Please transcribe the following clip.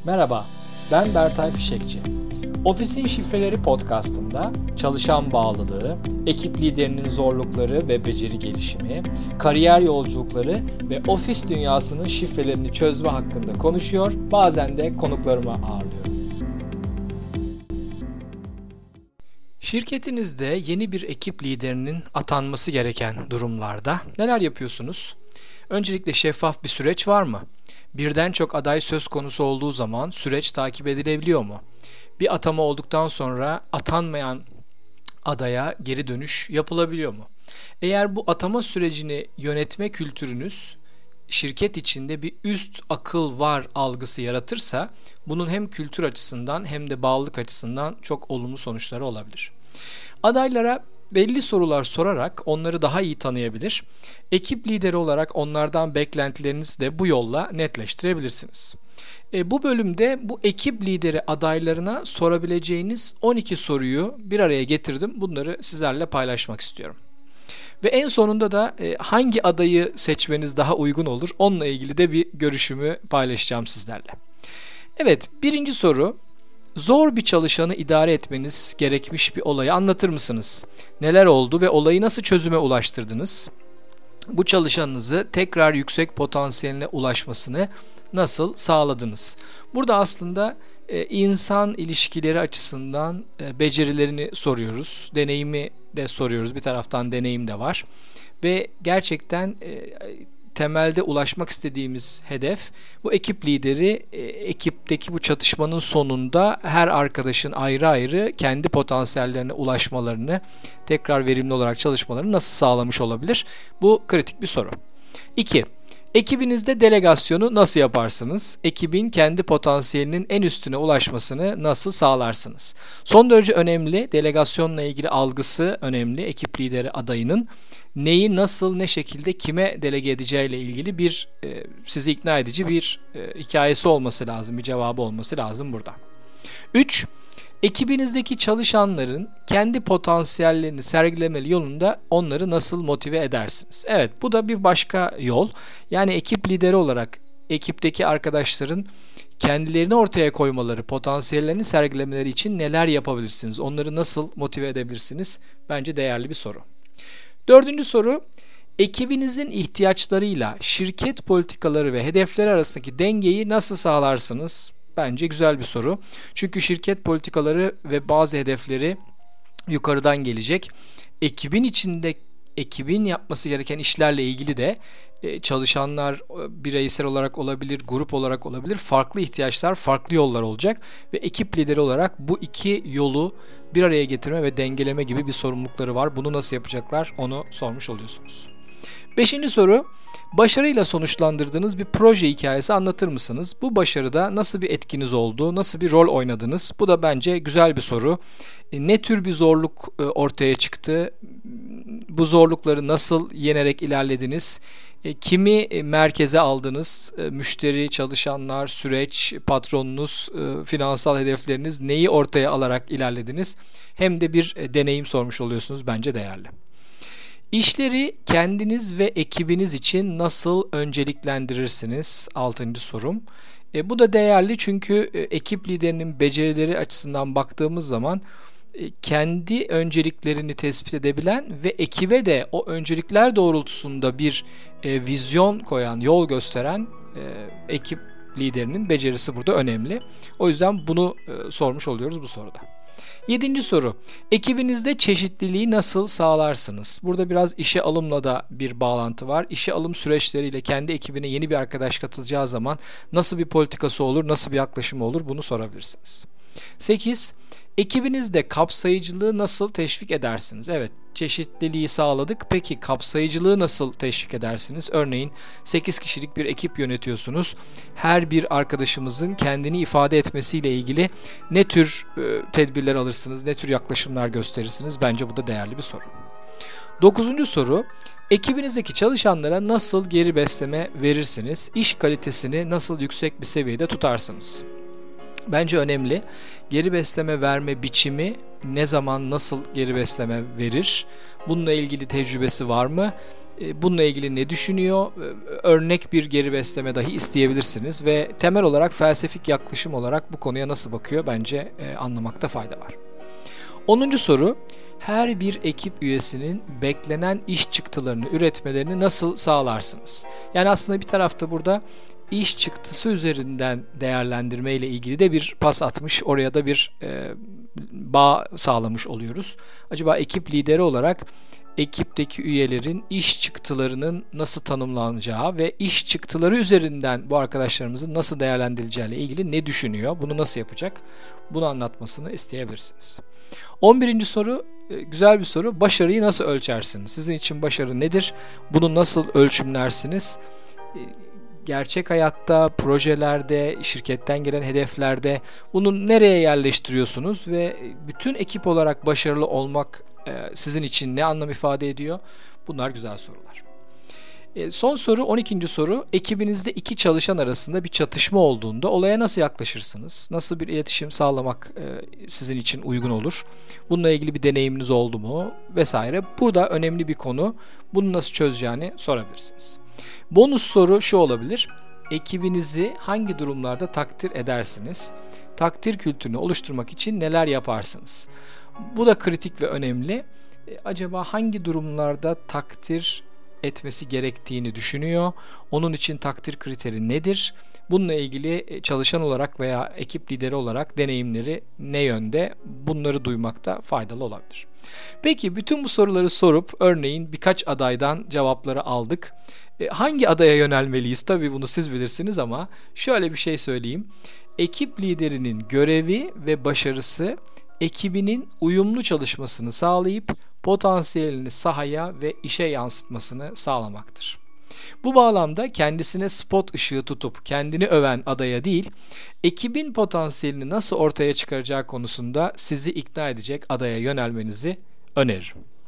Merhaba, ben Bertay Fişekçi. Ofisin Şifreleri podcastında çalışan bağlılığı, ekip liderinin zorlukları ve beceri gelişimi, kariyer yolculukları ve ofis dünyasının şifrelerini çözme hakkında konuşuyor, bazen de konuklarımı ağırlıyorum. Şirketinizde yeni bir ekip liderinin atanması gereken durumlarda neler yapıyorsunuz? Öncelikle şeffaf bir süreç var mı? Birden çok aday söz konusu olduğu zaman süreç takip edilebiliyor mu? Bir atama olduktan sonra atanmayan adaya geri dönüş yapılabiliyor mu? Eğer bu atama sürecini yönetme kültürünüz şirket içinde bir üst akıl var algısı yaratırsa bunun hem kültür açısından hem de bağlılık açısından çok olumlu sonuçları olabilir. Adaylara belli sorular sorarak onları daha iyi tanıyabilir. Ekip lideri olarak onlardan beklentilerinizi de bu yolla netleştirebilirsiniz. Bu bölümde bu ekip lideri adaylarına sorabileceğiniz 12 soruyu bir araya getirdim. Bunları sizlerle paylaşmak istiyorum. Ve en sonunda da hangi adayı seçmeniz daha uygun olur onunla ilgili de bir görüşümü paylaşacağım sizlerle. Evet, birinci soru. Zor bir çalışanı idare etmeniz gerekmiş bir olayı anlatır mısınız? Neler oldu ve olayı nasıl çözüme ulaştırdınız? Bu çalışanınızı tekrar yüksek potansiyeline ulaşmasını nasıl sağladınız? Burada aslında insan ilişkileri açısından becerilerini soruyoruz. Deneyimi de soruyoruz. Bir taraftan deneyim de var. Ve gerçekten temelde ulaşmak istediğimiz hedef bu ekip lideri ekipteki bu çatışmanın sonunda her arkadaşın ayrı ayrı kendi potansiyellerine ulaşmalarını, tekrar verimli olarak çalışmalarını nasıl sağlamış olabilir? Bu kritik bir soru. 2. Ekibinizde delegasyonu nasıl yaparsınız? Ekibin kendi potansiyelinin en üstüne ulaşmasını nasıl sağlarsınız? Son derece önemli. Delegasyonla ilgili algısı önemli. Ekip lideri adayının neyi nasıl ne şekilde kime delege edeceğiyle ilgili bir sizi ikna edici bir hikayesi olması lazım. Bir cevabı olması lazım burada. 3. Ekibinizdeki çalışanların kendi potansiyellerini sergilemeli yolunda onları nasıl motive edersiniz? Evet, bu da bir başka yol. Yani ekip lideri olarak ekipteki arkadaşların kendilerini ortaya koymaları, potansiyellerini sergilemeleri için neler yapabilirsiniz? Onları nasıl motive edebilirsiniz? Bence değerli bir soru. Dördüncü soru. Ekibinizin ihtiyaçlarıyla şirket politikaları ve hedefleri arasındaki dengeyi nasıl sağlarsınız? Bence güzel bir soru. Çünkü şirket politikaları ve bazı hedefleri yukarıdan gelecek. Ekibin içinde ekibin yapması gereken işlerle ilgili de çalışanlar bireysel olarak olabilir, grup olarak olabilir. Farklı ihtiyaçlar, farklı yollar olacak ve ekip lideri olarak bu iki yolu bir araya getirme ve dengeleme gibi bir sorumlulukları var. Bunu nasıl yapacaklar? Onu sormuş oluyorsunuz. 5. soru. Başarıyla sonuçlandırdığınız bir proje hikayesi anlatır mısınız? Bu başarıda nasıl bir etkiniz oldu? Nasıl bir rol oynadınız? Bu da bence güzel bir soru. Ne tür bir zorluk ortaya çıktı? Bu zorlukları nasıl yenerek ilerlediniz? Kimi merkeze aldınız? Müşteri, çalışanlar, süreç, patronunuz, finansal hedefleriniz neyi ortaya alarak ilerlediniz? Hem de bir deneyim sormuş oluyorsunuz. Bence değerli. İşleri kendiniz ve ekibiniz için nasıl önceliklendirirsiniz? 6. sorum. Bu da değerli çünkü ekip liderinin becerileri açısından baktığımız zaman kendi önceliklerini tespit edebilen ve ekibe de o öncelikler doğrultusunda bir vizyon koyan, yol gösteren ekip liderinin becerisi burada önemli. O yüzden bunu sormuş oluyoruz bu soruda. 7. soru. Ekibinizde çeşitliliği nasıl sağlarsınız? Burada biraz işe alımla da bir bağlantı var. İşe alım süreçleriyle kendi ekibine yeni bir arkadaş katılacağı zaman nasıl bir politikası olur, nasıl bir yaklaşımı olur bunu sorabilirsiniz. 8. Ekibinizde kapsayıcılığı nasıl teşvik edersiniz? Evet, çeşitliliği sağladık. Peki kapsayıcılığı nasıl teşvik edersiniz? Örneğin 8 kişilik bir ekip yönetiyorsunuz. Her bir arkadaşımızın kendini ifade etmesiyle ilgili ne tür tedbirler alırsınız? Ne tür yaklaşımlar gösterirsiniz? Bence bu da değerli bir soru. 9. soru. Ekibinizdeki çalışanlara nasıl geri besleme verirsiniz? İş kalitesini nasıl yüksek bir seviyede tutarsınız? Bence önemli. Geri besleme verme biçimi ne zaman nasıl geri besleme verir? Bununla ilgili tecrübesi var mı? bununla ilgili ne düşünüyor? Örnek bir geri besleme dahi isteyebilirsiniz ve temel olarak felsefik yaklaşım olarak bu konuya nasıl bakıyor bence anlamakta fayda var. 10. soru, her bir ekip üyesinin beklenen iş çıktılarını üretmelerini nasıl sağlarsınız? Yani aslında bir tarafta burada iş çıktısı üzerinden değerlendirme ile ilgili de bir pas atmış, oraya da bir bağ sağlamış oluyoruz. Acaba ekip lideri olarak ekipteki üyelerin iş çıktılarının nasıl tanımlanacağı ve iş çıktıları üzerinden bu arkadaşlarımızın nasıl değerlendirileceği ile ilgili ne düşünüyor? Bunu nasıl yapacak? Bunu anlatmasını isteyebilirsiniz. 11. soru güzel bir soru. Başarıyı nasıl ölçersiniz? Sizin için başarı nedir? Bunu nasıl ölçümlersiniz? Gerçek hayatta, projelerde, şirketten gelen hedeflerde bunu nereye yerleştiriyorsunuz ve bütün ekip olarak başarılı olmak sizin için ne anlam ifade ediyor? Bunlar güzel sorular. Son soru, 12. soru. Ekibinizde iki çalışan arasında bir çatışma olduğunda olaya nasıl yaklaşırsınız? Nasıl bir iletişim sağlamak sizin için uygun olur? Bununla ilgili bir deneyiminiz oldu mu? Vesaire. Burada önemli bir konu. Bunu nasıl çözeceğini sorabilirsiniz. Bonus soru şu olabilir. Ekibinizi hangi durumlarda takdir edersiniz? Takdir kültürünü oluşturmak için neler yaparsınız? Bu da kritik ve önemli. Acaba hangi durumlarda takdir etmesi gerektiğini düşünüyor? Onun için takdir kriteri nedir? Bununla ilgili çalışan olarak veya ekip lideri olarak deneyimleri ne yönde? Bunları duymakta faydalı olabilir. Peki bütün bu soruları sorup örneğin birkaç adaydan cevapları aldık. Hangi adaya yönelmeliyiz? Tabii bunu siz bilirsiniz ama şöyle bir şey söyleyeyim. Ekip liderinin görevi ve başarısı ekibinin uyumlu çalışmasını sağlayıp potansiyelini sahaya ve işe yansıtmasını sağlamaktır. Bu bağlamda kendisine spot ışığı tutup kendini öven adaya değil, ekibin potansiyelini nasıl ortaya çıkaracağı konusunda sizi ikna edecek adaya yönelmenizi öneririm.